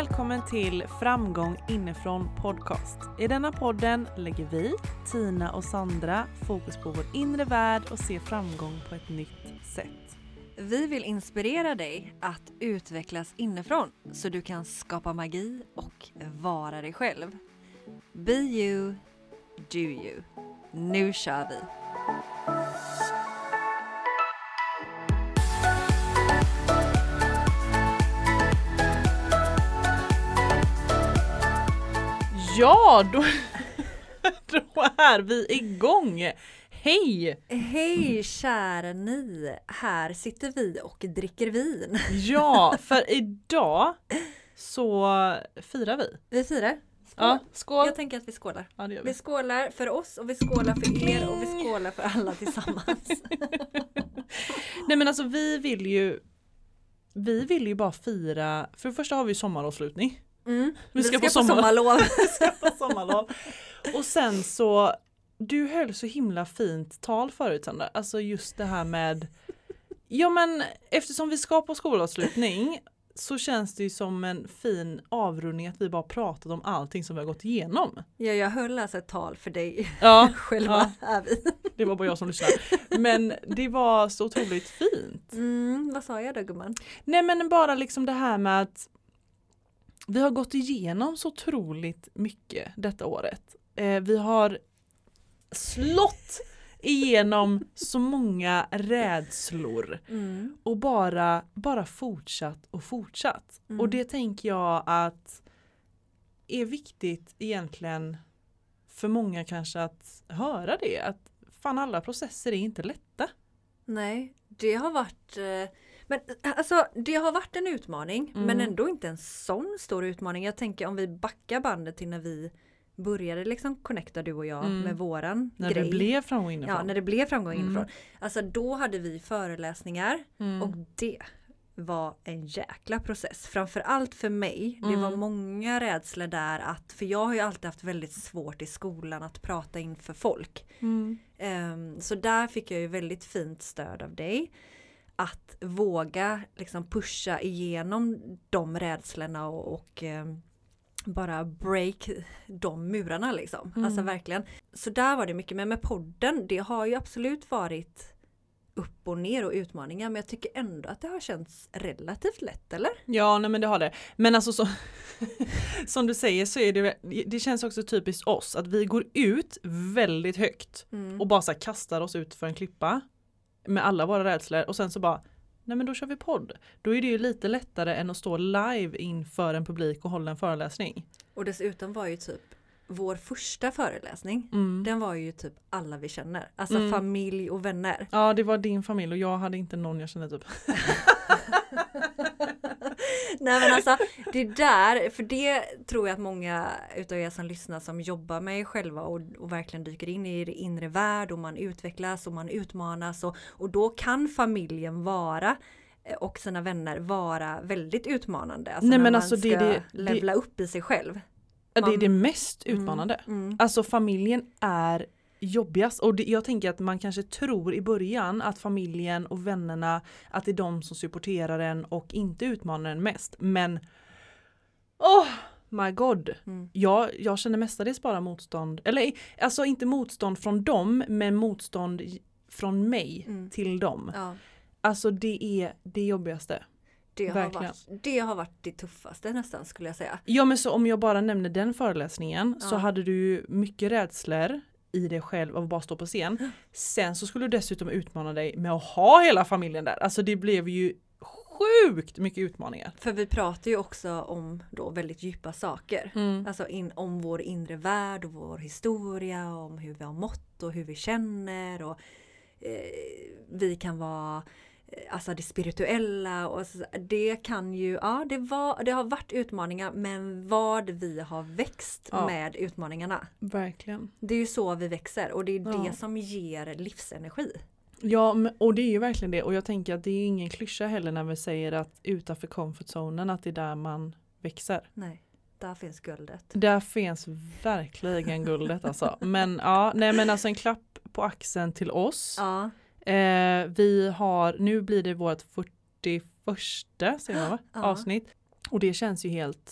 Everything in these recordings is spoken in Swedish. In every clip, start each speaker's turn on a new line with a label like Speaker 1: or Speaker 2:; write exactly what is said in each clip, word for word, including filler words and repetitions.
Speaker 1: Välkommen till Framgång inifrån podcast. I denna podden lägger vi, Tina och Sandra, fokus på vår inre värld och ser framgång på ett nytt sätt.
Speaker 2: Vi vill inspirera dig att utvecklas inifrån så du kan skapa magi och vara dig själv. Be you, do you. Nu kör vi!
Speaker 1: Ja, då, då är vi igång! Hej!
Speaker 2: Hej kära ni! Här sitter vi och dricker vin.
Speaker 1: Ja, för idag så firar vi.
Speaker 2: Vi firar. Skål.
Speaker 1: Ja, skål.
Speaker 2: Jag tänker att vi skålar.
Speaker 1: Ja, det gör vi.
Speaker 2: Vi skålar för oss och vi skålar för er och vi skålar för alla tillsammans.
Speaker 1: Nej men alltså vi vill ju vi vill ju bara fira. För det första har vi sommaravslutning.
Speaker 2: Mm.
Speaker 1: Vi ska,
Speaker 2: vi ska
Speaker 1: på,
Speaker 2: på sommarlov.
Speaker 1: vi ska på sommarlov. Och sen så, du höll så himla fint tal förut Sandra. Alltså just det här med, ja men eftersom vi ska på skolavslutning så känns det ju som en fin avrundning att vi bara pratat om allting som vi har gått igenom.
Speaker 2: Ja, jag höll alltså ett tal för dig.
Speaker 1: Ja,
Speaker 2: Själva
Speaker 1: ja.
Speaker 2: är vi.
Speaker 1: Det var bara jag som lyssnade. Men det var så otroligt fint.
Speaker 2: Mm, vad sa jag då gumman?
Speaker 1: Nej men bara liksom det här med att vi har gått igenom så otroligt mycket detta året. Eh, vi har slått igenom så många rädslor.
Speaker 2: Mm.
Speaker 1: Och bara, bara fortsatt och fortsatt.
Speaker 2: Mm.
Speaker 1: Och det tänker jag att är viktigt egentligen för många kanske att höra det. Att fan alla processer är inte lätta.
Speaker 2: Nej, det har varit... Eh... Men alltså, det har varit en utmaning,
Speaker 1: Mm.
Speaker 2: men ändå inte en sån stor utmaning. Jag tänker om vi backar bandet till när vi började liksom connecta du och jag
Speaker 1: Mm.
Speaker 2: med våran
Speaker 1: När
Speaker 2: grej.
Speaker 1: det blev framgång inifrån.
Speaker 2: Ja, när det blev framgång
Speaker 1: Mm.
Speaker 2: inifrån. Alltså då hade vi föreläsningar
Speaker 1: Mm.
Speaker 2: och det var en jäkla process. Framförallt för mig. Det
Speaker 1: Mm.
Speaker 2: var många rädslor där att, för jag har ju alltid haft väldigt svårt i skolan att prata inför folk.
Speaker 1: Mm.
Speaker 2: Um, så där fick jag ju väldigt fint stöd av dig. Att våga liksom pusha igenom de rädslorna och, och um, bara break de murarna liksom.
Speaker 1: Mm.
Speaker 2: Alltså verkligen. Så där var det mycket. Men med podden, det har ju absolut varit upp och ner och utmaningar. Men jag tycker ändå att det har känts relativt lätt, eller?
Speaker 1: Ja, nej men det har det. Men alltså så, som du säger så är det, det känns också typiskt oss att vi går ut väldigt högt
Speaker 2: Mm.
Speaker 1: och bara så här kastar oss ut för en klippa med alla våra rädslor och sen så bara, nej men då kör vi podd. Då är det ju lite lättare än att stå live inför en publik och hålla en föreläsning.
Speaker 2: Och dessutom var ju typ vår första föreläsning,
Speaker 1: Mm.
Speaker 2: den var ju typ alla vi känner. Alltså
Speaker 1: Mm.
Speaker 2: familj och vänner.
Speaker 1: Ja, det var din familj och jag hade inte någon jag kände typ.
Speaker 2: Nej men alltså, det där, för det tror jag att många utav er som lyssnar som jobbar med er själva och, och verkligen dyker in i det inre värld och man utvecklas och man utmanas och, och då kan familjen vara och sina vänner vara väldigt utmanande. Alltså
Speaker 1: Nej,
Speaker 2: när
Speaker 1: men
Speaker 2: man
Speaker 1: alltså,
Speaker 2: ska
Speaker 1: det- det-
Speaker 2: levla upp i sig själv.
Speaker 1: Ja, det är
Speaker 2: Man-
Speaker 1: det mest utmanande.
Speaker 2: Mm, mm.
Speaker 1: Alltså familjen är jobbigast och det, jag tänker att man kanske tror i början att familjen och vännerna att det är de som supporterar en och inte utmanar en mest. Men oh my god.
Speaker 2: Mm.
Speaker 1: Jag, jag känner mestadels bara motstånd. Eller alltså inte motstånd från dem men motstånd från mig
Speaker 2: Mm.
Speaker 1: till dem.
Speaker 2: Ja.
Speaker 1: Alltså det är det jobbigaste.
Speaker 2: Det har,
Speaker 1: Verkligen.
Speaker 2: varit, det har varit det tuffaste nästan skulle jag säga.
Speaker 1: Ja men så om jag bara nämner den föreläsningen
Speaker 2: Ja.
Speaker 1: så hade du ju mycket rädslor i dig själv av att bara stå på scen. Sen så skulle du dessutom utmana dig med att ha hela familjen där. Alltså det blev ju sjukt mycket utmaningar.
Speaker 2: För vi pratar ju också om då väldigt djupa saker.
Speaker 1: Mm.
Speaker 2: Alltså in, om vår inre värld och vår historia, om hur vi har mått och hur vi känner och eh, vi kan vara eh, alltså det spirituella och så, det kan ju, ja det, var, det har varit utmaningar men vad vi har växt
Speaker 1: Ja.
Speaker 2: med utmaningarna.
Speaker 1: Verkligen.
Speaker 2: Det är ju så vi växer och det är
Speaker 1: Ja.
Speaker 2: det som ger livsenergi.
Speaker 1: Ja men- och det är ju verkligen det och jag tänker att det är ingen klyscha heller när vi säger att utanför comfortzonen att det är där man växer.
Speaker 2: Nej, där finns guldet.
Speaker 1: Där finns verkligen guldet alltså. Men ja, nej men alltså en klapp på axeln till oss.
Speaker 2: Ja.
Speaker 1: Eh, vi har, nu blir det vårt fyrtioförsta säger man, va?
Speaker 2: Ja.
Speaker 1: avsnitt. Och det känns ju helt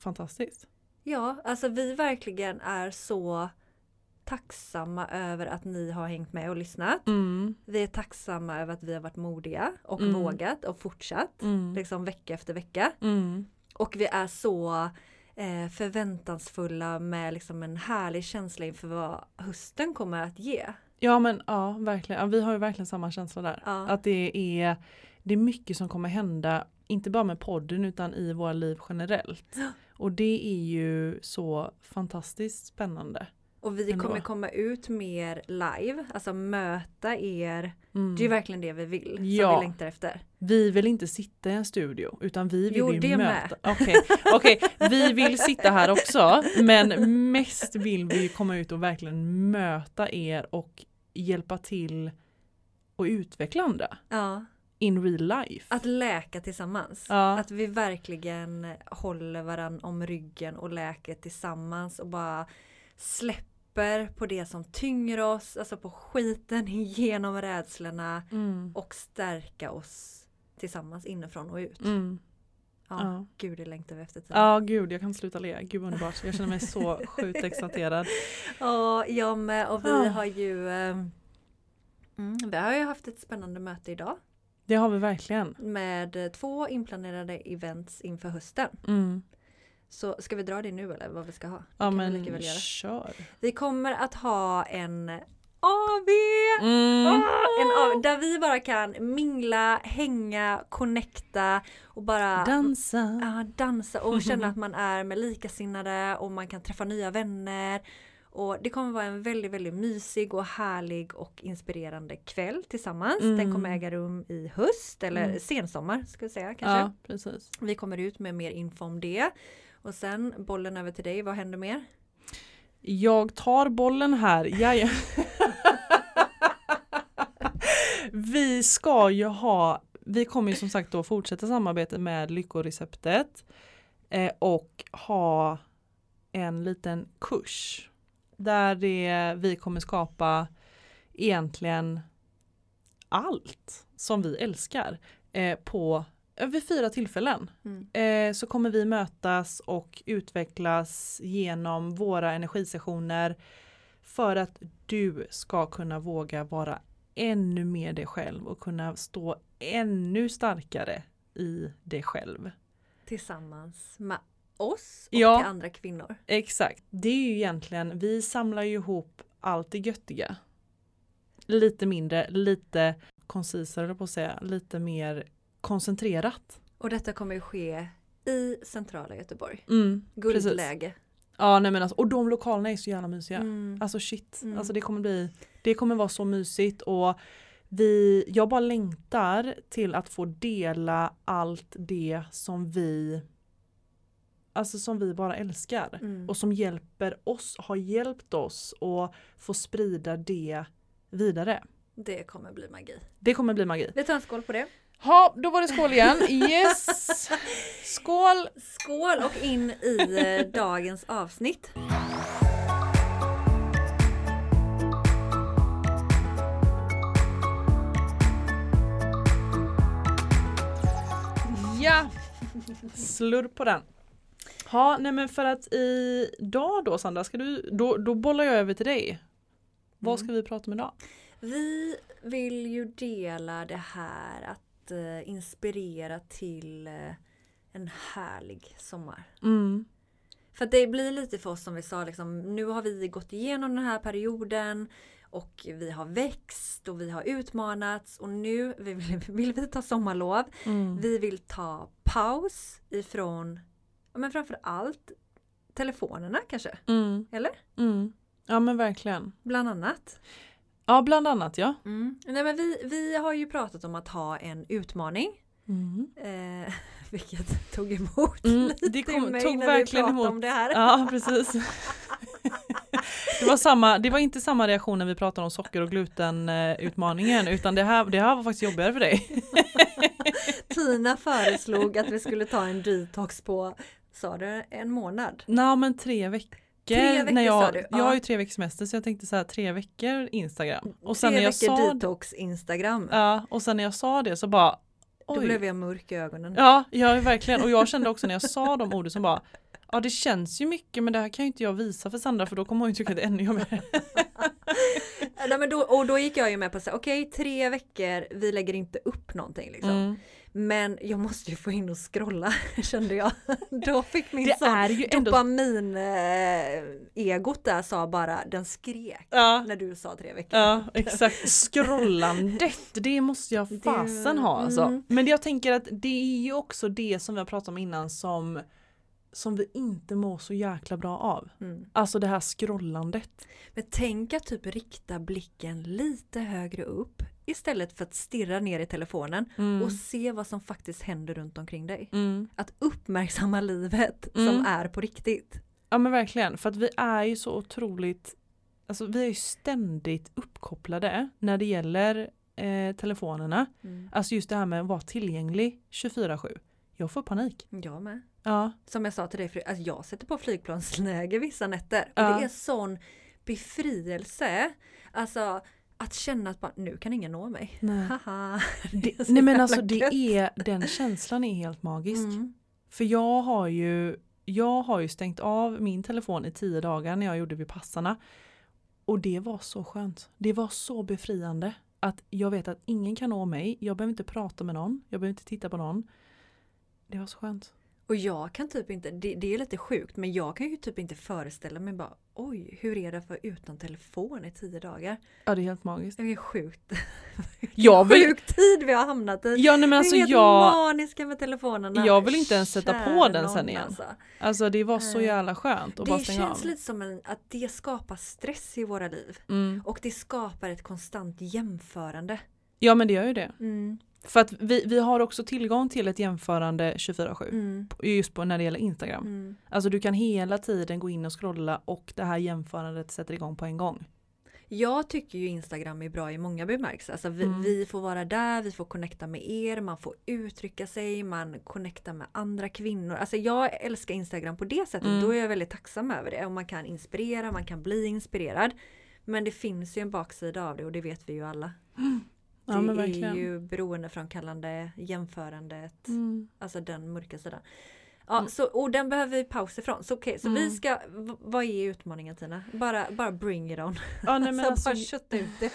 Speaker 1: fantastiskt.
Speaker 2: Ja, alltså vi verkligen är så tacksamma över att ni har hängt med och lyssnat.
Speaker 1: Mm.
Speaker 2: Vi är tacksamma över att vi har varit modiga och
Speaker 1: Mm.
Speaker 2: vågat och fortsatt.
Speaker 1: Mm.
Speaker 2: Liksom vecka efter vecka.
Speaker 1: Mm.
Speaker 2: Och vi är så eh, förväntansfulla med liksom en härlig känsla inför vad hösten kommer att ge.
Speaker 1: Ja men ja, verkligen. Ja, vi har ju verkligen samma känsla där.
Speaker 2: Ja.
Speaker 1: Att det är, det är mycket som kommer hända, inte bara med podden utan i våra liv generellt. Och det är ju så fantastiskt spännande.
Speaker 2: Och vi
Speaker 1: Ändå.
Speaker 2: kommer komma ut mer live, alltså möta er.
Speaker 1: Mm.
Speaker 2: Det är verkligen det vi vill,
Speaker 1: Ja.
Speaker 2: som vi längtar efter.
Speaker 1: Vi vill inte sitta i en studio utan vi vill
Speaker 2: Jo,
Speaker 1: ju
Speaker 2: det
Speaker 1: möta. Okej, okej, vi vill sitta här också men mest vill vi komma ut och verkligen möta er och hjälpa till och utveckla andra
Speaker 2: Ja.
Speaker 1: in real life.
Speaker 2: Att läka tillsammans.
Speaker 1: Ja.
Speaker 2: Att vi verkligen håller varann om ryggen och läker tillsammans och bara släpper på det som tynger oss, alltså på skiten genom rädslorna
Speaker 1: Mm.
Speaker 2: och stärka oss tillsammans inifrån och ut.
Speaker 1: Mm.
Speaker 2: Ja,
Speaker 1: Ja.
Speaker 2: gud det längtar vi efter tiden.
Speaker 1: Ja, gud, jag kan sluta le. Gud underbart. Jag känner mig så sjukt exalterad.
Speaker 2: Ja, jag med. Och vi
Speaker 1: Ja.
Speaker 2: har ju eh, mm, vi har ju haft ett spännande möte idag
Speaker 1: Det har vi verkligen.
Speaker 2: med eh, två inplanerade events inför hösten.
Speaker 1: Mm.
Speaker 2: Så ska vi dra det nu eller vad vi ska ha? Det
Speaker 1: Ja,
Speaker 2: kan vi
Speaker 1: men
Speaker 2: lika väl göra.
Speaker 1: kör.
Speaker 2: Vi kommer att ha en A V!
Speaker 1: Mm.
Speaker 2: Ah, en A V där vi bara kan mingla, hänga, connecta och bara
Speaker 1: Dansa.
Speaker 2: ja, dansa och känna att man är med likasinnade och man kan träffa nya vänner. Och det kommer vara en väldigt, väldigt mysig och härlig och inspirerande kväll tillsammans.
Speaker 1: Mm.
Speaker 2: Den kommer äga rum i höst eller
Speaker 1: Mm.
Speaker 2: sensommar ska vi säga kanske.
Speaker 1: Ja, precis.
Speaker 2: Vi kommer ut med mer info om det. Och sen bollen över till dig, vad händer mer?
Speaker 1: Jag tar bollen här. Jaja. Vi ska ju ha, vi kommer ju som sagt då fortsätta samarbetet med Lyckoreceptet eh, och ha en liten kurs där det, vi kommer skapa egentligen allt som vi älskar eh, på vid fyra tillfällen.
Speaker 2: Mm.
Speaker 1: Eh, så kommer vi mötas och utvecklas genom våra energisessioner för att du ska kunna våga vara ännu mer dig själv och kunna stå ännu starkare i dig själv.
Speaker 2: Tillsammans med oss och
Speaker 1: Ja.
Speaker 2: till andra kvinnor.
Speaker 1: Exakt. Det är ju egentligen, vi samlar ju ihop allt det göttiga. Lite mindre, lite koncisare på att säga, lite mer koncentrerat.
Speaker 2: Och detta kommer ju ske i centrala Göteborg.
Speaker 1: Mm,
Speaker 2: Guldläge.
Speaker 1: Ja, nej men alltså, och de lokalerna är så jävla mysiga.
Speaker 2: Mm.
Speaker 1: Alltså shit,
Speaker 2: Mm.
Speaker 1: alltså det kommer bli, det kommer vara så mysigt och vi, jag bara längtar till att få dela allt det som vi, alltså som vi bara älskar
Speaker 2: Mm.
Speaker 1: och som hjälper oss, har hjälpt oss och få sprida det vidare.
Speaker 2: Det kommer bli magi.
Speaker 1: Det kommer bli magi.
Speaker 2: Vi tar en skål på det.
Speaker 1: Ja, då var det skål igen. Yes! Skål!
Speaker 2: Skål och in i eh, dagens avsnitt.
Speaker 1: Ja! Slurr på den. Ja, nej men för att idag då Sandra, ska du, då, då bollar jag över till dig. Vad ska vi prata om idag?
Speaker 2: Vi vill ju dela det här att eh, inspirera till eh, en härlig sommar.
Speaker 1: Mm.
Speaker 2: För att det blir lite för oss som vi sa, liksom, nu har vi gått igenom den här perioden och vi har växt och vi har utmanats och nu vill, vill vi ta sommarlov.
Speaker 1: Mm.
Speaker 2: Vi vill ta paus ifrån, ja, men framför allt telefonerna kanske,
Speaker 1: Mm.
Speaker 2: eller?
Speaker 1: Mm. Ja men verkligen.
Speaker 2: Bland annat.
Speaker 1: Ja, bland annat ja.
Speaker 2: Mm. Nej, men vi, vi har ju pratat om att ha en utmaning.
Speaker 1: Mm.
Speaker 2: Eh, vilket tog emot
Speaker 1: Mm,
Speaker 2: lite
Speaker 1: det kom-
Speaker 2: i mig
Speaker 1: tog
Speaker 2: när
Speaker 1: verkligen
Speaker 2: vi pratade
Speaker 1: emot.
Speaker 2: om det här.
Speaker 1: Ja, precis. Det var, samma, det var inte samma reaktion när vi pratade om socker- och glutenutmaningen utan det här, det här var faktiskt jobbigare för dig.
Speaker 2: Tina föreslog att vi skulle ta en detox på, sa du, en månad?
Speaker 1: Nej men tre veckor.
Speaker 2: Tre veckor
Speaker 1: när jag,
Speaker 2: sa du, ja.
Speaker 1: jag har ju tre veckors semester så jag tänkte så här tre veckor Instagram. Och sen
Speaker 2: Tre
Speaker 1: när jag
Speaker 2: veckor
Speaker 1: sa,
Speaker 2: detox Instagram.
Speaker 1: ja, och sen när jag sa det så bara
Speaker 2: Då
Speaker 1: oj.
Speaker 2: blev jag mörk i ögonen.
Speaker 1: Ja, ja verkligen. Och jag kände också när jag sa de orden som bara Ja, det känns ju mycket, men det här kan ju inte jag visa för Sandra, för då kommer hon ju tycka att det är ännu jobbigare.
Speaker 2: Nej, men då, och då gick jag ju med på att säga, okej, okay, tre veckor, vi lägger inte upp någonting liksom. Mm. Men jag måste ju få in och scrolla, kände jag. Då fick min det sån är ju ändå... dopamin-egot där sa bara, den skrek ja. När du sa tre veckor.
Speaker 1: Ja, exakt. Scrollandet, det måste jag fasen det... ha alltså. Mm. Men jag tänker att det är ju också det som vi har pratat om innan som... som vi inte mår så jäkla bra av. Mm. Alltså det här scrollandet.
Speaker 2: Men tänk att typ rikta blicken lite högre upp istället för att stirra ner i telefonen mm. och se vad som faktiskt händer runt omkring dig. Mm. Att uppmärksamma livet mm. som är på riktigt.
Speaker 1: Ja men verkligen, för att vi är ju så otroligt, alltså vi är ju ständigt uppkopplade när det gäller eh, telefonerna. Mm. Alltså just det här med att vara tillgänglig tjugofyra sju. Jag får panik.
Speaker 2: Jag med.
Speaker 1: Ja.
Speaker 2: Som jag sa till dig, för, alltså jag sätter på flygplansläge vissa nätter. Och ja. Det är sån befrielse. Alltså att känna att bara, nu kan ingen nå mig.
Speaker 1: Nej, det, nej men alltså det är, den känslan är helt magisk. Mm. För jag har ju jag har ju stängt av min telefon i tio dagar när jag gjorde Vipassana. Och det var så skönt. Det var så befriande. Att jag vet att ingen kan nå mig. Jag behöver inte prata med någon. Jag behöver inte titta på någon. Det var så skönt.
Speaker 2: Och jag kan typ inte, det, det är lite sjukt, men jag kan ju typ inte föreställa mig bara, oj, hur är det för utan telefon i tio dagar?
Speaker 1: Ja, det är helt magiskt.
Speaker 2: Det är sjukt.
Speaker 1: Jag vill...
Speaker 2: Sjuk tid vi har hamnat i.
Speaker 1: Ja, nej, men alltså
Speaker 2: det är helt
Speaker 1: jag...
Speaker 2: maniska med telefonerna.
Speaker 1: Jag vill inte ens sätta
Speaker 2: Kär
Speaker 1: på den sen igen.
Speaker 2: Alltså.
Speaker 1: alltså det var så jävla skönt att
Speaker 2: det
Speaker 1: bara stänga av.
Speaker 2: Det känns lite som en, att det skapar stress i våra liv.
Speaker 1: Mm.
Speaker 2: Och det skapar ett konstant jämförande.
Speaker 1: Ja, men det gör ju det.
Speaker 2: Mm.
Speaker 1: För att vi, vi har också tillgång till ett jämförande tjugofyra sju.
Speaker 2: Mm.
Speaker 1: Just på när det gäller Instagram.
Speaker 2: Mm.
Speaker 1: Alltså du kan hela tiden gå in och scrolla och det här jämförandet sätter igång på en gång.
Speaker 2: Jag tycker ju Instagram är bra i många bemärkelser. Alltså vi, mm. vi får vara där, vi får connecta med er, man får uttrycka sig, man connectar med andra kvinnor. Alltså jag älskar Instagram på det sättet. Mm. Då är jag väldigt tacksam över det. Och man kan inspirera, man kan bli inspirerad. Men det finns ju en baksida av det och det vet vi ju alla.
Speaker 1: Mm. Ja,
Speaker 2: det
Speaker 1: men
Speaker 2: är
Speaker 1: verkligen.
Speaker 2: ju beroendeframkallande, jämförandet,
Speaker 1: mm.
Speaker 2: alltså den mörka sidan. Ja,
Speaker 1: mm.
Speaker 2: så, och den behöver vi paus ifrån. Så okej, okay, så
Speaker 1: mm.
Speaker 2: vi ska, v- vad är utmaningen Tina? Bara, bara bring it on.
Speaker 1: Ja, nej, men
Speaker 2: så
Speaker 1: alltså,
Speaker 2: bara kötta ut det.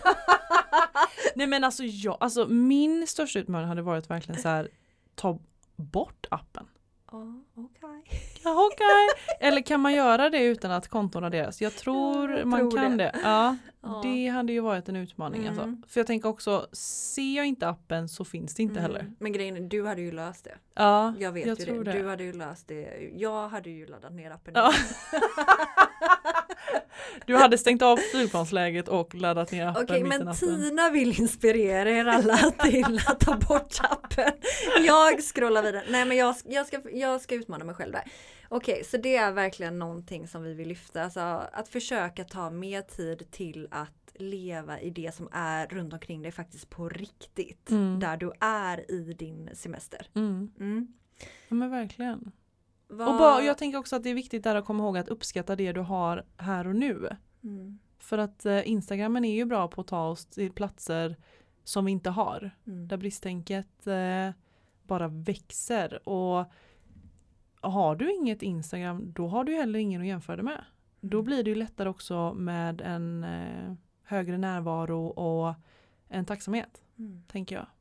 Speaker 1: nej men alltså, jag, alltså min största utmaning hade varit verkligen så här, ta bort appen.
Speaker 2: Ja, okej.
Speaker 1: Okay. Ja, okej. Okay. Eller kan man göra det utan att konton raderas? Jag tror jag man tror kan det. det. Ja, ja, det hade ju varit en utmaning. Mm. Alltså. För jag tänker också, ser jag inte appen så finns det inte mm. heller.
Speaker 2: Men grejen är, du hade ju löst det.
Speaker 1: Ja,
Speaker 2: jag vet
Speaker 1: jag
Speaker 2: ju
Speaker 1: tror
Speaker 2: det.
Speaker 1: det.
Speaker 2: Du hade ju löst det. Jag hade ju laddat ner appen.
Speaker 1: Ja. Du hade stängt av flygplansläget och laddat ner appen.
Speaker 2: Okej, men Tina vill inspirera er alla till att ta bort appen. Jag scrollar vidare. Nej, men jag, jag, ska, jag ska utmana mig själv där. Okej, så det är verkligen någonting som vi vill lyfta. Alltså, att försöka ta mer tid till att leva i det som är runt omkring dig faktiskt på riktigt. Mm. Där du är i din semester.
Speaker 1: Mm.
Speaker 2: Mm.
Speaker 1: Ja, men verkligen.
Speaker 2: Var...
Speaker 1: Och bara, jag tänker också att det är viktigt där att komma ihåg att uppskatta det du har här och nu.
Speaker 2: Mm.
Speaker 1: För att eh, Instagramen är ju bra på att ta oss till platser som vi inte har.
Speaker 2: Mm.
Speaker 1: Där bristtänket eh, bara växer. Och har du inget Instagram, då har du heller ingen att jämföra det med. Mm. Då blir det ju lättare också med en eh, högre närvaro och en tacksamhet,
Speaker 2: mm.
Speaker 1: tänker jag.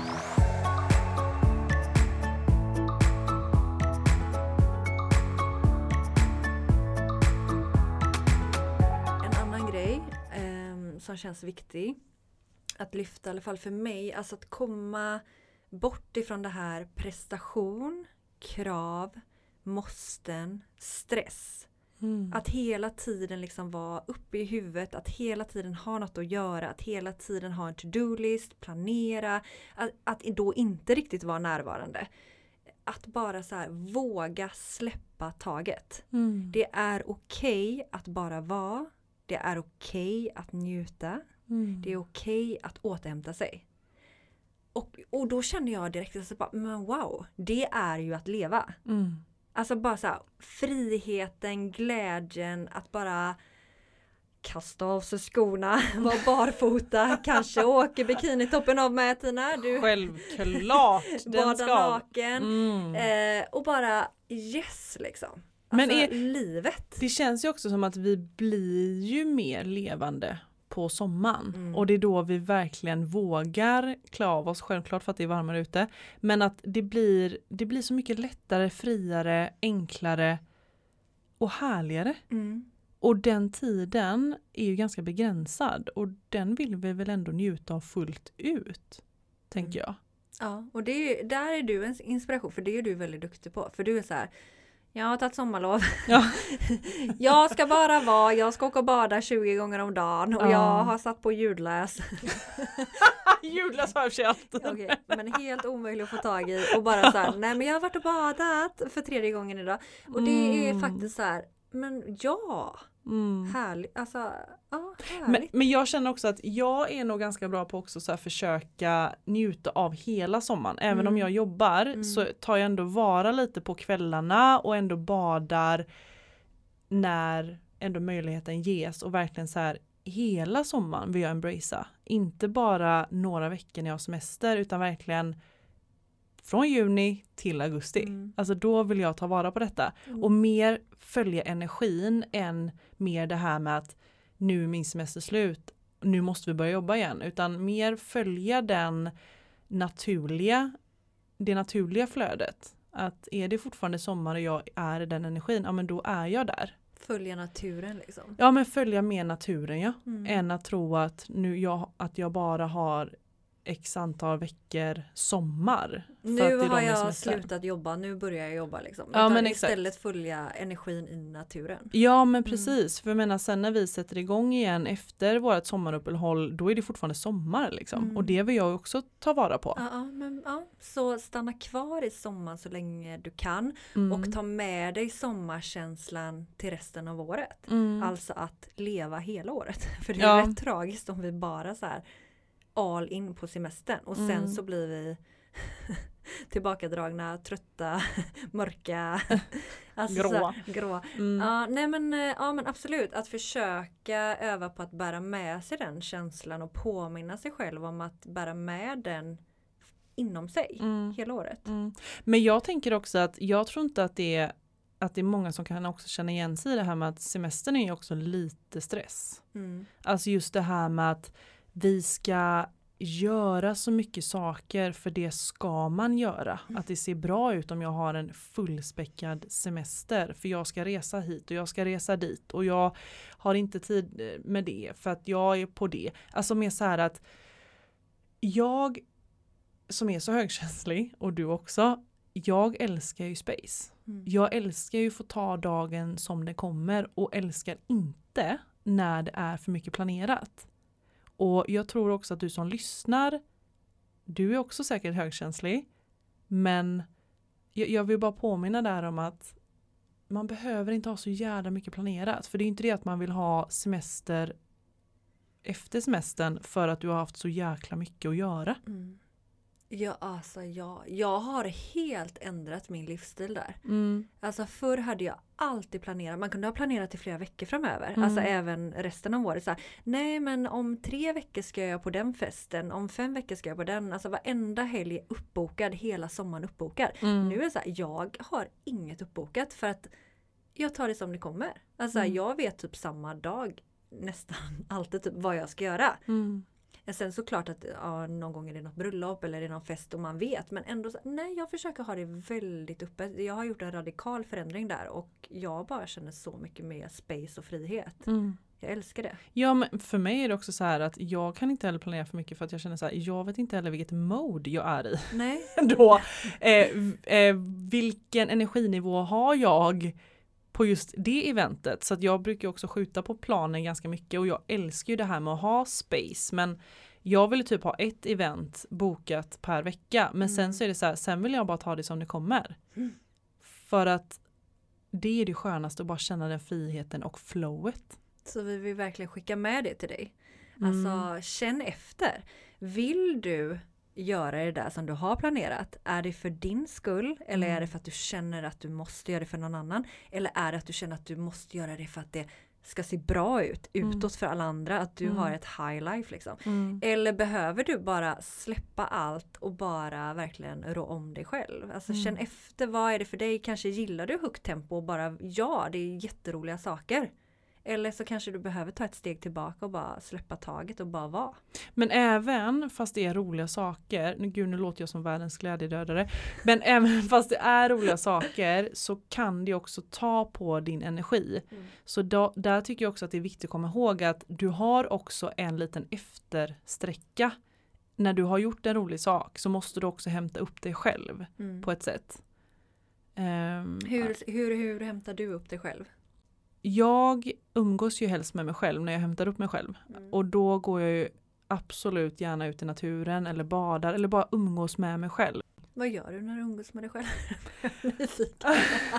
Speaker 2: Som känns viktig att lyfta, i alla fall för mig, alltså att komma bort ifrån det här prestation, krav, måsten, stress.
Speaker 1: Mm.
Speaker 2: Att hela tiden liksom vara uppe i huvudet, att hela tiden ha något att göra, att hela tiden ha en to-do-list, planera, att, att då inte riktigt vara närvarande. Att bara så här våga släppa taget.
Speaker 1: Mm.
Speaker 2: Det är okej att bara vara. Det är okej att njuta.
Speaker 1: Mm.
Speaker 2: Det är okej att återhämta sig. Och, och då känner jag direkt att alltså, men wow, det är ju att leva.
Speaker 1: Mm.
Speaker 2: Alltså bara så här, friheten, glädjen, att bara kasta av sig skorna, vara barfota, kanske åka bikinitoppen av med Tina. Du
Speaker 1: Självklart.
Speaker 2: bada
Speaker 1: ska.
Speaker 2: naken.
Speaker 1: Mm.
Speaker 2: Eh, och bara yes liksom. Alltså,
Speaker 1: Men är,
Speaker 2: livet.
Speaker 1: Det känns ju också som att vi blir ju mer levande på sommaren.
Speaker 2: Mm.
Speaker 1: Och det är då vi verkligen vågar klä av oss, självklart för att det är varmare ute. Men att det blir, det blir så mycket lättare, friare, enklare och härligare.
Speaker 2: Mm.
Speaker 1: Och den tiden är ju ganska begränsad. Och den vill vi väl ändå njuta av fullt ut, tänker jag.
Speaker 2: Ja, och det är, där är du en inspiration, för det är du väldigt duktig på. För du är så här, jag har tagit sommarlov.
Speaker 1: Ja.
Speaker 2: Jag ska bara vara, jag ska åka och bada tjugo gånger om dagen. Och
Speaker 1: Ja.
Speaker 2: jag har satt på ljudläs.
Speaker 1: Ljudläs har jag för alltid.
Speaker 2: Okej, men helt omöjligt att få tag i. Och bara så här, nej men jag har varit och badat för tredje gången idag. Och det är
Speaker 1: Mm.
Speaker 2: faktiskt så här, men ja,
Speaker 1: Mm.
Speaker 2: härligt. Alltså, ja,
Speaker 1: Men,
Speaker 2: härligt.
Speaker 1: men jag känner också att jag är nog ganska bra på också så här försöka njuta av hela sommaren. Även
Speaker 2: Mm.
Speaker 1: om jag jobbar
Speaker 2: Mm.
Speaker 1: så tar jag ändå vara lite på kvällarna och ändå badar när ändå möjligheten ges. Och verkligen så här hela sommaren vill jag embracea. Inte bara några veckor när jag har semester utan verkligen från juni till augusti.
Speaker 2: Mm.
Speaker 1: Alltså då vill jag ta vara på detta.
Speaker 2: Mm.
Speaker 1: Och mer följa energin än mer det här med att nu är min semester slut, nu måste vi börja jobba igen. Utan mer följa den naturliga, det naturliga flödet. Att är det fortfarande sommar och jag är i den energin, ja men då är jag där.
Speaker 2: Följa naturen liksom.
Speaker 1: Ja men följa mer naturen ja.
Speaker 2: Mm.
Speaker 1: Än att tro att, nu jag, att jag bara har x antal veckor sommar. För
Speaker 2: Nu
Speaker 1: att det är
Speaker 2: har
Speaker 1: de
Speaker 2: jag
Speaker 1: semester.
Speaker 2: slutat jobba, nu börjar jag jobba liksom.
Speaker 1: Ja,
Speaker 2: Utan
Speaker 1: men exakt.
Speaker 2: istället följa energin i naturen.
Speaker 1: Ja men precis, för jag menar sen när vi sätter igång igen efter vårt sommaruppehåll, då är det fortfarande sommar liksom.
Speaker 2: Mm.
Speaker 1: Och det vill jag också ta vara på.
Speaker 2: Ja, ja, men, ja. Så stanna kvar i sommaren så länge du kan
Speaker 1: Mm.
Speaker 2: och ta med dig sommarkänslan till resten av året.
Speaker 1: Mm.
Speaker 2: Alltså att leva hela året. För det är
Speaker 1: Ja.
Speaker 2: rätt tragiskt om vi bara så här all in på semestern och sen
Speaker 1: Mm.
Speaker 2: så blir vi tillbakadragna, trötta, mörka, alltså
Speaker 1: Grå.
Speaker 2: så här, grå.
Speaker 1: Mm.
Speaker 2: Ja, nej men, eh, ja men absolut att försöka öva på att bära med sig den känslan och påminna sig själv om att bära med den inom sig
Speaker 1: Mm.
Speaker 2: hela året.
Speaker 1: Mm. Men jag tänker också att jag tror inte att det är att det är många som kan också känna igen sig i det här med att semestern är ju också lite stress.
Speaker 2: Mm.
Speaker 1: Alltså just det här med att vi ska göra så mycket saker, för det ska man göra.
Speaker 2: Mm.
Speaker 1: Att det ser bra ut om jag har en fullspäckad semester, för jag ska resa hit och jag ska resa dit och jag har inte tid med det för att jag är på det. Alltså mer så här att jag som är så högkänslig, och du också, jag älskar ju space.
Speaker 2: Mm.
Speaker 1: Jag älskar ju att få ta dagen som det kommer och älskar inte när det är för mycket planerat. Och jag tror också att du som lyssnar, du är också säkert högkänslig, men jag, jag vill bara påminna där om att man behöver inte ha så jävla mycket planerat. För det är inte det att man vill ha semester efter semestern för att du har haft så jäkla mycket att göra.
Speaker 2: Mm. Ja, alltså ja. Jag har helt ändrat min livsstil där.
Speaker 1: Mm.
Speaker 2: Alltså förr hade jag alltid planerat. Man kunde ha planerat i flera veckor framöver.
Speaker 1: Mm.
Speaker 2: Alltså även resten av året. Så här, nej men om tre veckor ska jag på den festen. Om fem veckor ska jag på den. Alltså varenda helg är uppbokad. Hela sommaren uppbokad.
Speaker 1: Mm.
Speaker 2: Nu är det så här, jag har inget uppbokat. För att jag tar det som det kommer. Alltså
Speaker 1: Mm.
Speaker 2: jag vet typ samma dag. Nästan alltid typ vad jag ska göra.
Speaker 1: Mm.
Speaker 2: Sen såklart att ja, någon gång är det något bröllop eller är det någon fest och man vet. Men ändå så, nej jag försöker ha det väldigt öppet. Jag har gjort en radikal förändring där och jag bara känner så mycket mer space och frihet.
Speaker 1: Mm.
Speaker 2: Jag älskar det.
Speaker 1: Ja, men för mig är det också så här att jag kan inte heller planera för mycket, för att jag känner så här, jag vet inte heller vilket mode jag är i.
Speaker 2: Nej.
Speaker 1: Då, eh, eh, vilken energinivå har jag på just det eventet? Så att jag brukar också skjuta på planen ganska mycket, och jag älskar ju det här med att ha space, men jag vill typ ha ett event bokat per vecka, men
Speaker 2: Mm.
Speaker 1: sen så är det så här, sen vill jag bara ta det som det kommer.
Speaker 2: Mm.
Speaker 1: För att det är det skönaste, att bara känna den friheten och flowet.
Speaker 2: Så vi vill verkligen skicka med det till dig.
Speaker 1: Mm.
Speaker 2: Alltså känn efter. Vill du göra det där som du har planerat? Är det för din skull? Eller
Speaker 1: Mm.
Speaker 2: är det för att du känner att du måste göra det för någon annan? Eller är det att du känner att du måste göra det för att det ska se bra ut utåt
Speaker 1: Mm.
Speaker 2: för alla andra, att du
Speaker 1: Mm.
Speaker 2: har ett high life liksom.
Speaker 1: Mm.
Speaker 2: Eller behöver du bara släppa allt och bara verkligen rå om dig själv? Alltså
Speaker 1: Mm.
Speaker 2: känn efter, vad är det för dig? Kanske gillar du högt tempo och bara, ja, det är jätteroliga saker. Eller så kanske du behöver ta ett steg tillbaka och bara släppa taget och bara vara.
Speaker 1: Men även fast det är roliga saker, nu, gud nu låter jag som världens glädjedödare, men även fast det är roliga saker så kan det också ta på din energi.
Speaker 2: Mm.
Speaker 1: Så då, där tycker jag också att det är viktigt att komma ihåg att du har också en liten eftersträcka. När du har gjort en rolig sak så måste du också hämta upp dig själv
Speaker 2: Mm.
Speaker 1: på ett sätt. Um,
Speaker 2: Hur, hur, hur hämtar du upp dig själv?
Speaker 1: Jag umgås ju helst med mig själv när jag hämtar upp mig själv.
Speaker 2: Mm.
Speaker 1: Och då går jag ju absolut gärna ut i naturen eller badar eller bara umgås med mig själv.
Speaker 2: Vad gör du när du umgås med dig själv? Nyfiken.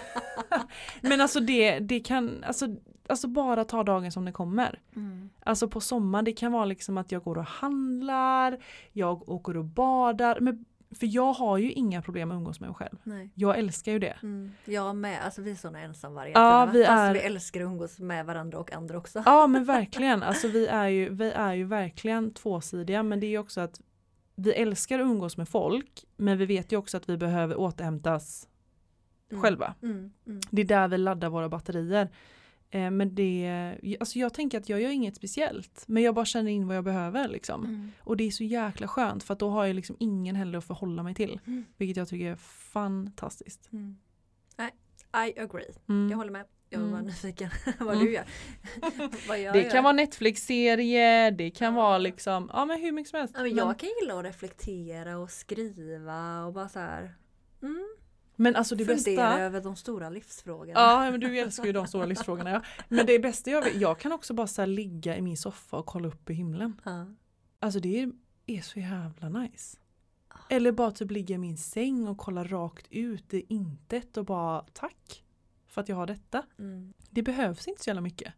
Speaker 1: Men alltså det, det kan, alltså, alltså bara ta dagen som det kommer.
Speaker 2: Mm.
Speaker 1: Alltså på sommaren, det kan vara liksom att jag går och handlar, jag åker och badar. Men, för jag har ju inga problem att umgås med mig själv.
Speaker 2: Nej.
Speaker 1: Jag älskar ju det.
Speaker 2: Mm. Jag med, alltså vi är sådana ensamvarianter.
Speaker 1: Ja,
Speaker 2: va?
Speaker 1: vi
Speaker 2: Fast
Speaker 1: är-
Speaker 2: vi älskar att umgås med varandra och andra också.
Speaker 1: Ja men verkligen, alltså vi är ju, vi är ju verkligen tvåsidiga, men det är ju också att vi älskar att umgås med folk, men vi vet ju också att vi behöver återhämtas
Speaker 2: Mm.
Speaker 1: själva.
Speaker 2: Mm. Mm.
Speaker 1: Det är där vi laddar våra batterier. Eh, men det, alltså jag tänker att jag gör inget speciellt, men jag bara känner in vad jag behöver liksom.
Speaker 2: Mm.
Speaker 1: Och det är så jäkla skönt, för att då har jag liksom ingen heller att förhålla mig till.
Speaker 2: Mm.
Speaker 1: Vilket jag tycker är fantastiskt.
Speaker 2: Mm. Nej, I agree.
Speaker 1: Mm.
Speaker 2: Jag håller med. Jag var
Speaker 1: Mm.
Speaker 2: bara nyfiken vad
Speaker 1: Mm.
Speaker 2: du gör. vad jag
Speaker 1: Det
Speaker 2: gör.
Speaker 1: kan vara Netflix-serie, det kan
Speaker 2: Ja.
Speaker 1: vara liksom, ja men hur mycket som helst.
Speaker 2: Ja, men
Speaker 1: Men-
Speaker 2: jag kan gilla att reflektera och skriva och bara så här. Mm,
Speaker 1: Men alltså det
Speaker 2: fundera
Speaker 1: bästa...
Speaker 2: över de stora livsfrågorna.
Speaker 1: Ja, men du älskar ju de stora livsfrågorna. Ja. Men det bästa jag vet, jag kan också bara så här ligga i min soffa och kolla upp i himlen.
Speaker 2: Ja.
Speaker 1: Alltså det är, är så jävla nice. Eller bara typ ligga i min säng och kolla rakt ut i intet och bara tack för att jag har detta.
Speaker 2: Mm.
Speaker 1: Det behövs inte så jävla mycket.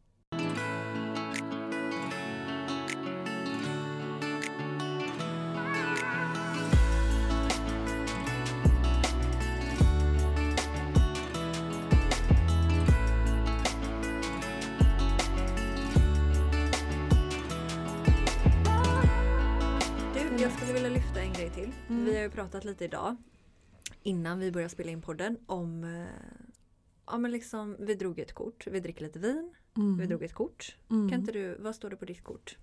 Speaker 2: Du, jag skulle vilja lyfta en grej till.
Speaker 1: Mm.
Speaker 2: Vi har ju pratat lite idag innan vi började spela in podden om eh, ja men liksom vi drog ett kort, vi dricker lite vin,
Speaker 1: Mm.
Speaker 2: vi drog ett kort.
Speaker 1: Mm.
Speaker 2: Kan inte du, vad står det på ditt kort?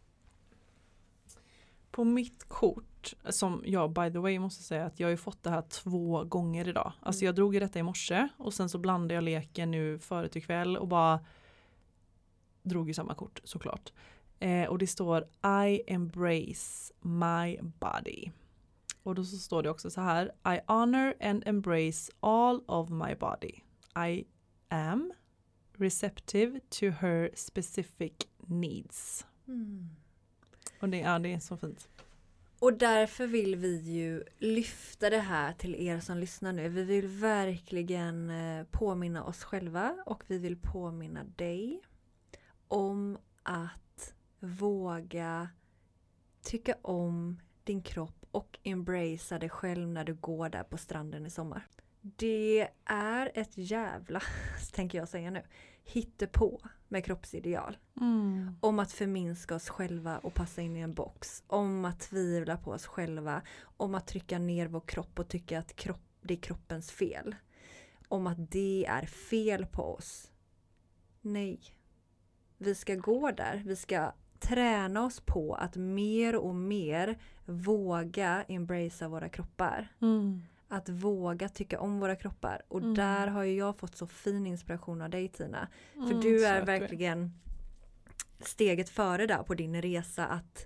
Speaker 1: På mitt kort, som jag by the way måste säga att jag har ju fått det här två gånger idag. Alltså
Speaker 2: Mm.
Speaker 1: jag drog i detta i morse och sen så blandade jag leken nu förut i kväll och bara drog i samma kort såklart. Eh, och det står I embrace my body. Och då så står det också så här: I honor and embrace all of my body. I am receptive to her specific needs.
Speaker 2: Mm.
Speaker 1: Och det, ja, det är så fint.
Speaker 2: Och därför vill vi ju lyfta det här till er som lyssnar nu. Vi vill verkligen eh, påminna oss själva och vi vill påminna dig om att våga tycka om din kropp och embracea dig själv när du går där på stranden i sommar. Det är ett jävla, tänker jag säga nu, hittepå med kroppsideal.
Speaker 1: Mm.
Speaker 2: Om att förminska oss själva och passa in i en box. Om att tvivla på oss själva. Om att trycka ner vår kropp och tycka att kropp, det är kroppens fel. Om att det är fel på oss. Nej. Vi ska gå där. Vi ska träna oss på att mer och mer våga embracea våra kroppar.
Speaker 1: Mm.
Speaker 2: Att våga tycka om våra kroppar. Och
Speaker 1: Mm.
Speaker 2: där har ju jag fått så fin inspiration av dig, Tina. För
Speaker 1: Mm,
Speaker 2: du är
Speaker 1: söt du är.
Speaker 2: verkligen steget före där på din resa att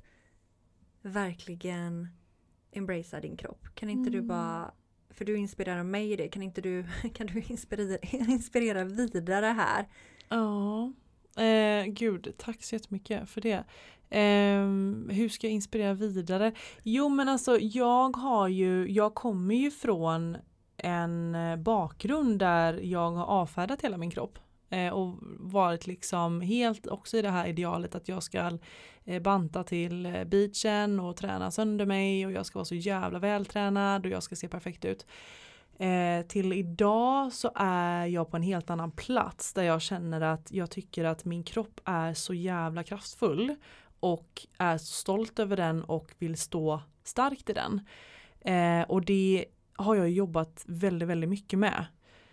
Speaker 2: verkligen embracea din kropp. Kan inte du
Speaker 1: Mm.
Speaker 2: bara, för du inspirerar mig i det, kan inte du, kan du inspirera, inspirera vidare här?
Speaker 1: Ja, eh, gud, tack så jättemycket för det. Eh, hur ska jag inspirera vidare? Jo men alltså jag har ju, jag kommer ju från en eh, bakgrund där jag har avfärdat hela min kropp. Eh, och varit liksom helt också i det här idealet att jag ska eh, banta till eh, beachen och träna sönder mig och jag ska vara så jävla vältränad och jag ska se perfekt ut. Eh, till idag så är jag på en helt annan plats där jag känner att jag tycker att min kropp är så jävla kraftfull och är så stolt över den och vill stå starkt i den. Eh, och det har jag jobbat väldigt, väldigt mycket med.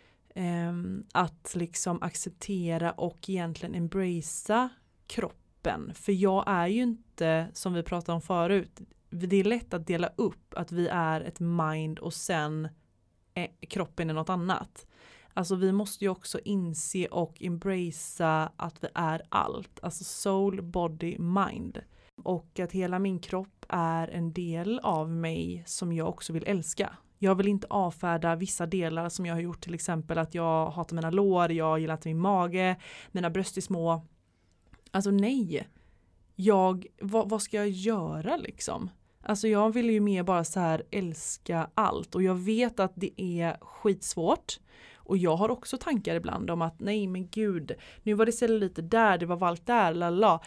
Speaker 1: Eh, att liksom acceptera och egentligen embracea kroppen. För jag är ju inte, som vi pratade om förut, det är lätt att dela upp att vi är ett mind och sen kroppen är något annat. Alltså vi måste ju också inse och embracea att vi är allt. Alltså soul, body, mind. Och att hela min kropp är en del av mig som jag också vill älska. Jag vill inte avfärda vissa delar som jag har gjort, till exempel att jag hatar mina lår, jag gillar inte min mage, mina bröst är små. Alltså nej. Jag, vad, vad ska jag göra liksom? Alltså jag vill ju mer bara så här älska allt. Och jag vet att det är skitsvårt. Och jag har också tankar ibland om att nej men gud, nu var det celluliter där, det var valk där, lala.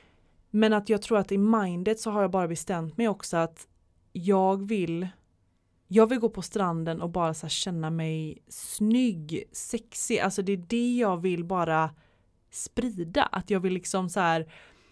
Speaker 1: Men att jag tror att i mindet så har jag bara bestämt mig också att jag vill, jag vill gå på stranden och bara så här känna mig snygg, sexig. Alltså det är det jag vill bara sprida. Att jag vill liksom så här,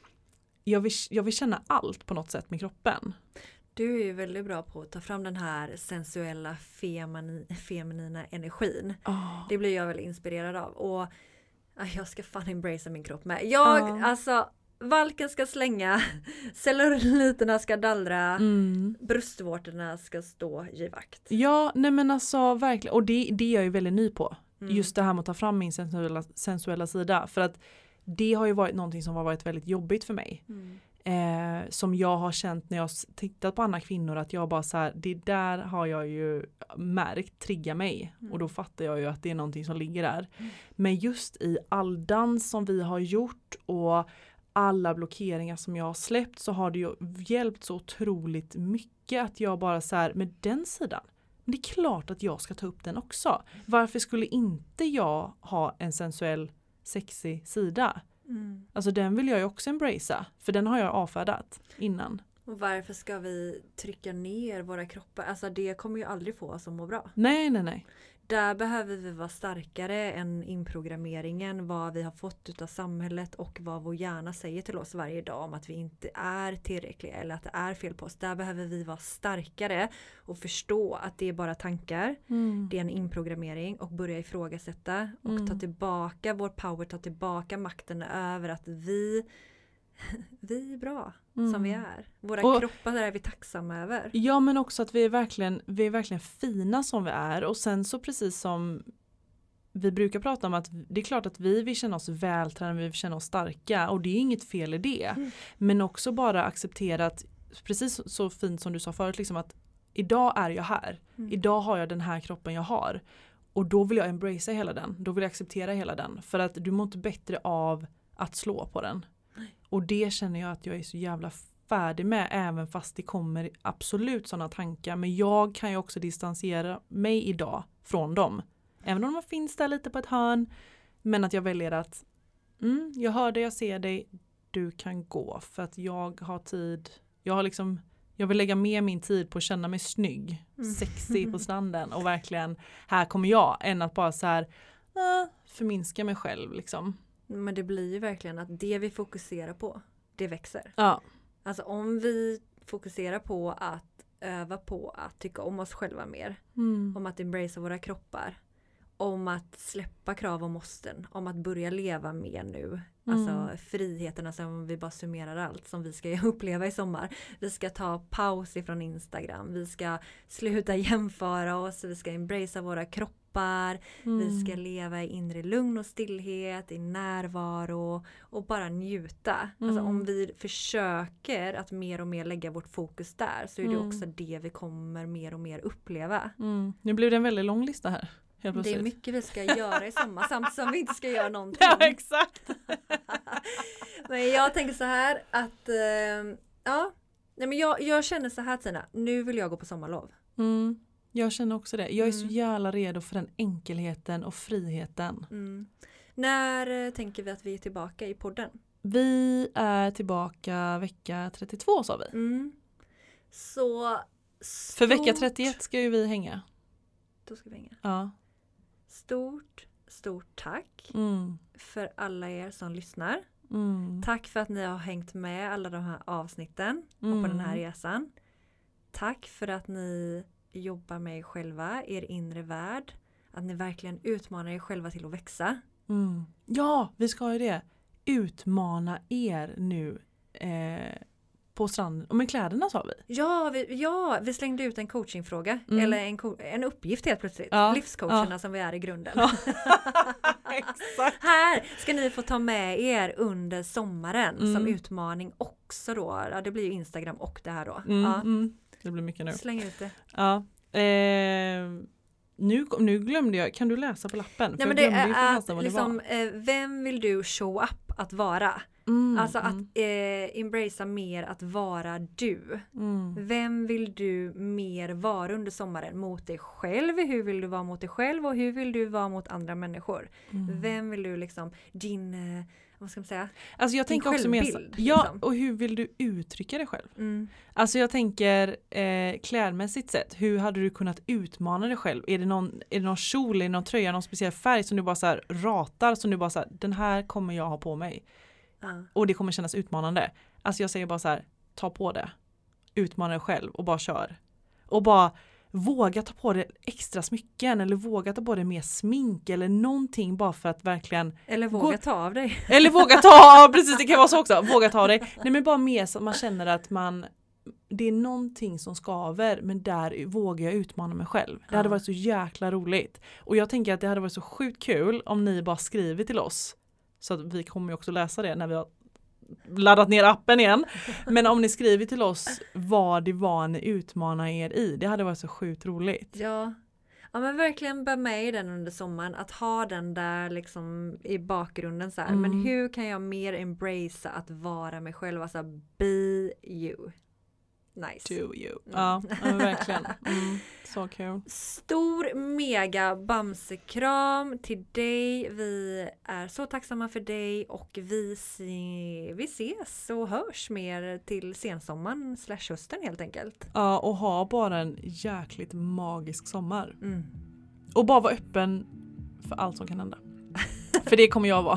Speaker 1: jag vill, jag vill känna allt på något sätt med kroppen.
Speaker 2: Du är ju väldigt bra på att ta fram den här sensuella femini, feminina energin. Oh. Det blir jag väldigt inspirerad av. Och jag ska fan embracea min kropp med. Jag, oh. alltså, valken ska slänga, celluliterna ska dallra, mm. bröstvårtorna ska stå i vakt.
Speaker 1: Ja, nej men alltså verkligen. Och det, det är jag ju väldigt ny på. Mm. Just det här med att ta fram min sensuella, sensuella sida. För att det har ju varit någonting som har varit väldigt jobbigt för mig. Mm. Eh, som jag har känt när jag tittat på andra kvinnor, att jag bara så här, det där har jag ju märkt trigga mig. Mm. Och då fattar jag ju att det är någonting som ligger där. Mm. Men just i all dans som vi har gjort och alla blockeringar som jag har släppt, så har det ju hjälpt så otroligt mycket att jag bara så här, med den sidan. Men det är klart att jag ska ta upp den också. Varför skulle inte jag ha en sensuell sexig sida? Mm. Alltså den vill jag ju också embracea. För den har jag avfärdat innan.
Speaker 2: Och varför ska vi trycka ner våra kroppar? Alltså det kommer ju aldrig få oss att må bra.
Speaker 1: Nej, nej, nej.
Speaker 2: Där behöver vi vara starkare än inprogrammeringen, vad vi har fått av samhället och vad vår hjärna säger till oss varje dag om att vi inte är tillräckliga eller att det är fel på oss. Där behöver vi vara starkare och förstå att det är bara tankar, mm. det är en inprogrammering, och börja ifrågasätta och mm. ta tillbaka vår power, ta tillbaka makten över att vi vi är bra mm. som vi är. Våra och, kroppar är vi tacksamma över.
Speaker 1: Ja, men också att vi är verkligen vi är verkligen fina som vi är. Och sen så precis som vi brukar prata om, att det är klart att vi vill känna oss vältränade, vi vill känna oss starka, och det är inget fel i det. Mm. Men också bara acceptera att, precis så fint som du sa förut, liksom att idag är jag här. Mm. Idag har jag den här kroppen jag har. Och då vill jag embracea hela den. Då vill jag acceptera hela den. För att du mår inte bättre av att slå på den. Och det känner jag att jag är så jävla färdig med, även fast det kommer absolut sådana tankar. Men jag kan ju också distansera mig idag från dem. Även om de finns där lite på ett hörn. Men att jag väljer att mm, jag hör dig, jag ser dig, du kan gå. För att jag har tid, jag har liksom, jag vill lägga mer min tid på att känna mig snygg, mm. sexig på stranden. Och verkligen, här kommer jag, än att bara så här äh, förminska mig själv liksom.
Speaker 2: Men det blir ju verkligen att det vi fokuserar på, det växer.
Speaker 1: Ja.
Speaker 2: Alltså om vi fokuserar på att öva på att tycka om oss själva mer. Mm. Om att embracea våra kroppar. Om att släppa krav och måsten. Om att börja leva mer nu. Mm. Alltså friheten, alltså om vi bara summerar allt som vi ska uppleva i sommar. Vi ska ta paus ifrån Instagram. Vi ska sluta jämföra oss. Vi ska embracea våra kroppar. Mm. Vi ska leva i inre lugn och stillhet, i närvaro och bara njuta. Mm. Alltså om vi försöker att mer och mer lägga vårt fokus där, så är det mm. också det vi kommer mer och mer uppleva.
Speaker 1: Mm. Nu blev det en väldigt lång lista här.
Speaker 2: Det är mycket vi ska göra i sommar samtidigt som vi inte ska göra någonting.
Speaker 1: Ja, exakt.
Speaker 2: Men jag tänker så här att äh, ja, nej men jag, jag känner så här, Tina, nu vill jag gå på sommarlov.
Speaker 1: Mm. Jag känner också det. Jag är mm. så jävla redo för den enkelheten och friheten.
Speaker 2: Mm. När äh, tänker vi att vi är tillbaka i podden?
Speaker 1: Vi är tillbaka vecka trettiotvå, sa vi.
Speaker 2: Mm. Så stort...
Speaker 1: För vecka trettioett ska ju vi hänga.
Speaker 2: Då ska vi hänga.
Speaker 1: Ja.
Speaker 2: Stort, stort tack
Speaker 1: Mm.
Speaker 2: för alla er som lyssnar.
Speaker 1: Mm.
Speaker 2: Tack för att ni har hängt med alla de här avsnitten
Speaker 1: Mm.
Speaker 2: och på den här resan. Tack för att ni jobbar med er själva, er inre värld. Att ni verkligen utmanar er själva till att växa.
Speaker 1: Mm. Ja, vi ska ju det. Utmana er nu eh, på stranden. Och med kläderna sa vi.
Speaker 2: Ja, vi, ja, vi slängde ut en coachingfråga.
Speaker 1: Mm.
Speaker 2: Eller en, co- en uppgift helt plötsligt.
Speaker 1: Ja,
Speaker 2: Livscoacherna
Speaker 1: ja.
Speaker 2: som vi är i grunden.
Speaker 1: Ja. Exakt.
Speaker 2: Här ska ni få ta med er under sommaren
Speaker 1: Mm.
Speaker 2: som utmaning också då. Ja, det blir ju Instagram och det här då.
Speaker 1: Mm,
Speaker 2: Ja.
Speaker 1: mm. Det blir mycket nu.
Speaker 2: Släng ut det.
Speaker 1: Ja. Eh, nu, nu glömde jag. Kan du läsa på lappen? För
Speaker 2: Ja, men
Speaker 1: jag
Speaker 2: det
Speaker 1: glömde ju för
Speaker 2: är
Speaker 1: fasen
Speaker 2: att
Speaker 1: vad det
Speaker 2: liksom,
Speaker 1: var.
Speaker 2: eh, vem vill du show up att vara?
Speaker 1: Mm,
Speaker 2: Alltså att
Speaker 1: mm,
Speaker 2: eh, embracea mer att vara du.
Speaker 1: mm.
Speaker 2: Vem vill du mer vara under sommaren? Mot dig själv? Hur vill du vara mot dig själv? Och hur vill du vara mot andra människor?
Speaker 1: Mm.
Speaker 2: Vem vill du liksom, din, eh, vad ska man säga?
Speaker 1: Alltså jag
Speaker 2: Din
Speaker 1: tänker också mer så,
Speaker 2: självbild,
Speaker 1: ja,
Speaker 2: liksom.
Speaker 1: och hur vill du uttrycka dig själv?
Speaker 2: Mm.
Speaker 1: Alltså jag tänker eh, klädmässigt sett, hur hade du kunnat utmana dig själv? Är det någon, är det någon kjol, är det någon tröja, någon speciell färg som du bara så här ratar, som du bara så här, den här kommer jag ha på mig.
Speaker 2: Ja.
Speaker 1: Och det kommer kännas utmanande. Alltså jag säger bara så här, ta på det. Utmana dig själv och bara kör. Och bara våga ta på dig extra smycken eller våga ta på dig mer smink eller någonting bara för att verkligen...
Speaker 2: Eller våga
Speaker 1: Gå-
Speaker 2: ta av dig.
Speaker 1: Eller våga ta, precis det kan vara så också, våga ta dig. Nej men bara mer så att man känner att man, det är någonting som skaver men där vågar jag utmana mig själv. Det hade
Speaker 2: Ja.
Speaker 1: varit så jäkla roligt. Och jag tänker att det hade varit så sjukt kul om ni bara skriver till oss. Så att vi kommer ju också läsa det när vi har laddat ner appen igen. Men om ni skriver till oss vad det var ni utmanar er i. Det hade varit så sjukt roligt.
Speaker 2: Ja. Ja men verkligen bär med i den under sommaren. Att ha den där liksom i bakgrunden så här.
Speaker 1: Mm.
Speaker 2: Men hur kan jag mer embracea att vara mig själv? Alltså be you. Nice.
Speaker 1: Do you. Ja, ja verkligen. Mm, så kul.
Speaker 2: Stor mega bamsekram till dig. Vi är så tacksamma för dig och vi, se, vi ses och hörs mer till sensommaren slash hösten helt enkelt.
Speaker 1: Ja, och ha bara en jäkligt magisk sommar.
Speaker 2: Mm.
Speaker 1: Och bara vara öppen för allt som kan hända. För det kommer jag vara.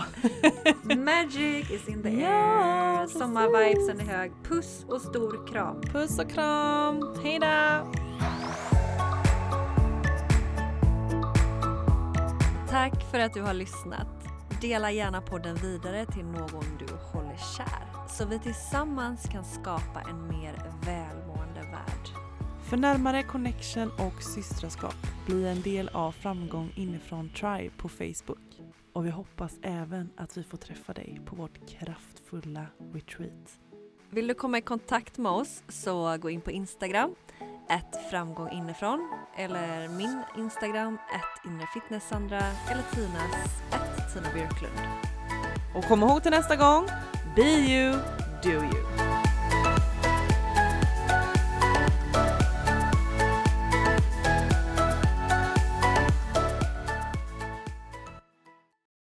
Speaker 2: Magic is in the
Speaker 1: Ja,
Speaker 2: air.
Speaker 1: precis.
Speaker 2: Sommarvibesen är hög. Puss och stor kram.
Speaker 1: Puss och kram. Hej då!
Speaker 2: Tack för att du har lyssnat. Dela gärna podden vidare till någon du håller kär. Så vi tillsammans kan skapa en mer välmående värld.
Speaker 1: För närmare connection och systraskap, bli en del av Framgång inifrån Tribe på Facebook. Och vi hoppas även att vi får träffa dig på vårt kraftfulla retreat.
Speaker 2: Vill du komma i kontakt med oss så gå in på Instagram, ett framgång inifrån, eller min Instagram, ett inrefitnesssandra, eller Tinas, ett Tina Björklund.
Speaker 1: Och kom ihåg till nästa gång, be you, do you.